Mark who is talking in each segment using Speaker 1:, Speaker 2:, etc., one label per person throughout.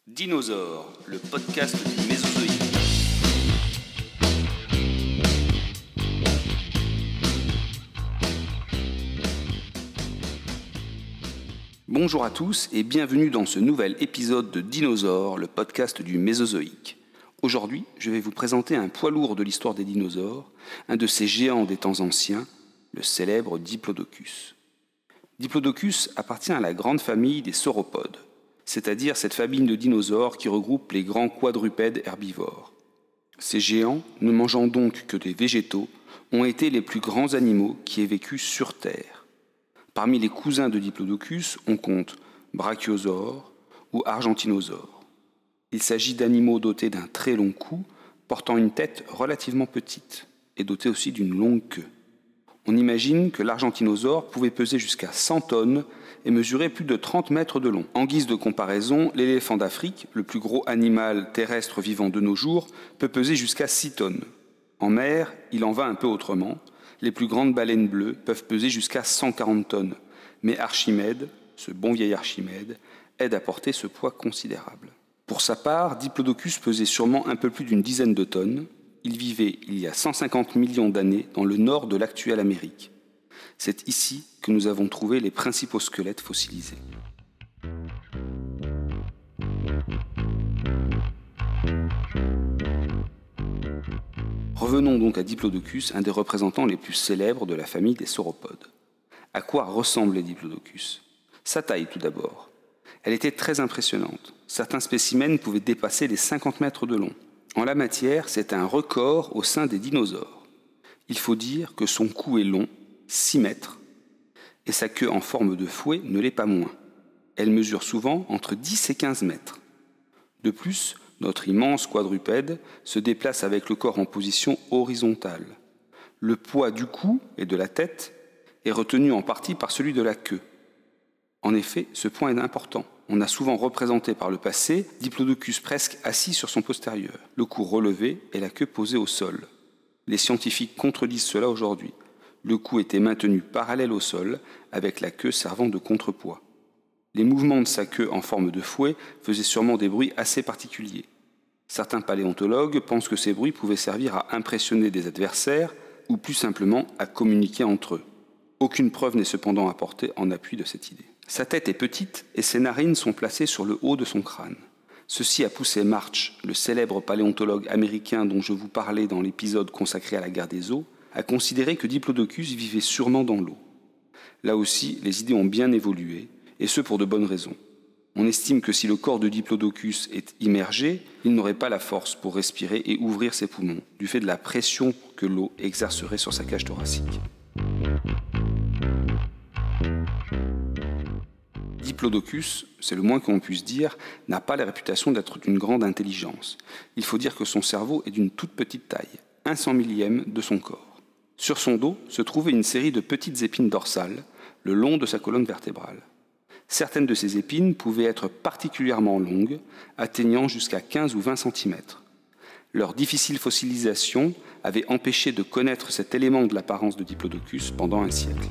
Speaker 1: Dinosaures, le podcast du Mésozoïque. Bonjour à tous et bienvenue dans ce nouvel épisode de Dinosaures, le podcast du Mésozoïque. Aujourd'hui, je vais vous présenter un poids lourd de l'histoire des dinosaures, un de ces géants des temps anciens, le célèbre Diplodocus. Diplodocus appartient à la grande famille des sauropodes, c'est-à-dire cette famille de dinosaures qui regroupe les grands quadrupèdes herbivores. Ces géants, ne mangeant donc que des végétaux, ont été les plus grands animaux qui aient vécu sur Terre. Parmi les cousins de Diplodocus, on compte brachiosaures ou argentinosaures. Il s'agit d'animaux dotés d'un très long cou, portant une tête relativement petite et dotés aussi d'une longue queue. On imagine que l'argentinosaure pouvait peser jusqu'à 100 tonnes et mesurer plus de 30 mètres de long. En guise de comparaison, l'éléphant d'Afrique, le plus gros animal terrestre vivant de nos jours, peut peser jusqu'à 6 tonnes. En mer, il en va un peu autrement. Les plus grandes baleines bleues peuvent peser jusqu'à 140 tonnes. Mais Archimède, ce bon vieil Archimède, aide à porter ce poids considérable. Pour sa part, Diplodocus pesait sûrement un peu plus d'une dizaine de tonnes. Il vivait il y a 150 millions d'années dans le nord de l'actuelle Amérique. C'est ici que nous avons trouvé les principaux squelettes fossilisés. Revenons donc à Diplodocus, un des représentants les plus célèbres de la famille des sauropodes. À quoi ressemblait Diplodocus ? Sa taille tout d'abord. Elle était très impressionnante. Certains spécimens pouvaient dépasser les 50 mètres de long. En la matière, c'est un record au sein des dinosaures. Il faut dire que son cou est long, 6 mètres, et sa queue en forme de fouet ne l'est pas moins. Elle mesure souvent entre 10 et 15 mètres. De plus, notre immense quadrupède se déplace avec le corps en position horizontale. Le poids du cou et de la tête est retenu en partie par celui de la queue. En effet, ce point est important. On a souvent représenté par le passé Diplodocus presque assis sur son postérieur, le cou relevé et la queue posée au sol. Les scientifiques contredisent cela aujourd'hui. Le cou était maintenu parallèle au sol, avec la queue servant de contrepoids. Les mouvements de sa queue en forme de fouet faisaient sûrement des bruits assez particuliers. Certains paléontologues pensent que ces bruits pouvaient servir à impressionner des adversaires ou plus simplement à communiquer entre eux. Aucune preuve n'est cependant apportée en appui de cette idée. Sa tête est petite et ses narines sont placées sur le haut de son crâne. Ceci a poussé March, le célèbre paléontologue américain dont je vous parlais dans l'épisode consacré à la guerre des os, à considérer que Diplodocus vivait sûrement dans l'eau. Là aussi, les idées ont bien évolué, et ce pour de bonnes raisons. On estime que si le corps de Diplodocus est immergé, il n'aurait pas la force pour respirer et ouvrir ses poumons, du fait de la pression que l'eau exercerait sur sa cage thoracique. Diplodocus, c'est le moins qu'on puisse dire, n'a pas la réputation d'être d'une grande intelligence. Il faut dire que son cerveau est d'une toute petite taille, 1/100 millième de son corps. Sur son dos se trouvait une série de petites épines dorsales, le long de sa colonne vertébrale. Certaines de ces épines pouvaient être particulièrement longues, atteignant jusqu'à 15 ou 20 cm. Leur difficile fossilisation avait empêché de connaître cet élément de l'apparence de Diplodocus pendant un siècle.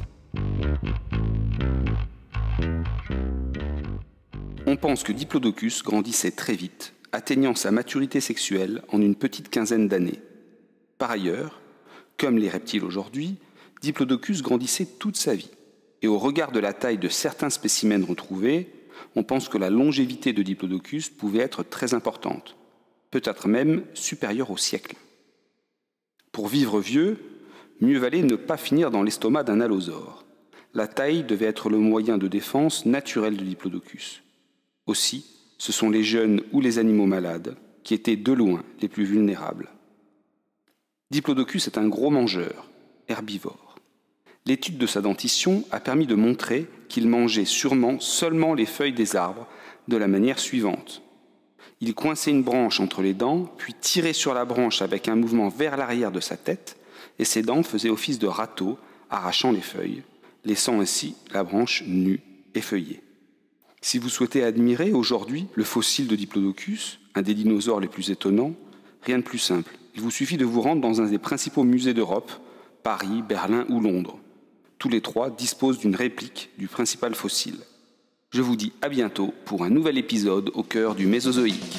Speaker 1: On pense que Diplodocus grandissait très vite, atteignant sa maturité sexuelle en une petite quinzaine d'années. Par ailleurs, comme les reptiles aujourd'hui, Diplodocus grandissait toute sa vie. Et au regard de la taille de certains spécimens retrouvés, on pense que la longévité de Diplodocus pouvait être très importante, peut-être même supérieure au siècle. Pour vivre vieux, mieux valait ne pas finir dans l'estomac d'un allosaure. La taille devait être le moyen de défense naturel de Diplodocus. Aussi, ce sont les jeunes ou les animaux malades qui étaient de loin les plus vulnérables. Diplodocus est un gros mangeur, herbivore. L'étude de sa dentition a permis de montrer qu'il mangeait sûrement seulement les feuilles des arbres de la manière suivante. Il coinçait une branche entre les dents, puis tirait sur la branche avec un mouvement vers l'arrière de sa tête, et ses dents faisaient office de râteau, arrachant les feuilles, laissant ainsi la branche nue et feuillée. Si vous souhaitez admirer aujourd'hui le fossile de Diplodocus, un des dinosaures les plus étonnants, rien de plus simple. Il vous suffit de vous rendre dans un des principaux musées d'Europe, Paris, Berlin ou Londres. Tous les trois disposent d'une réplique du principal fossile. Je vous dis à bientôt pour un nouvel épisode au cœur du Mésozoïque.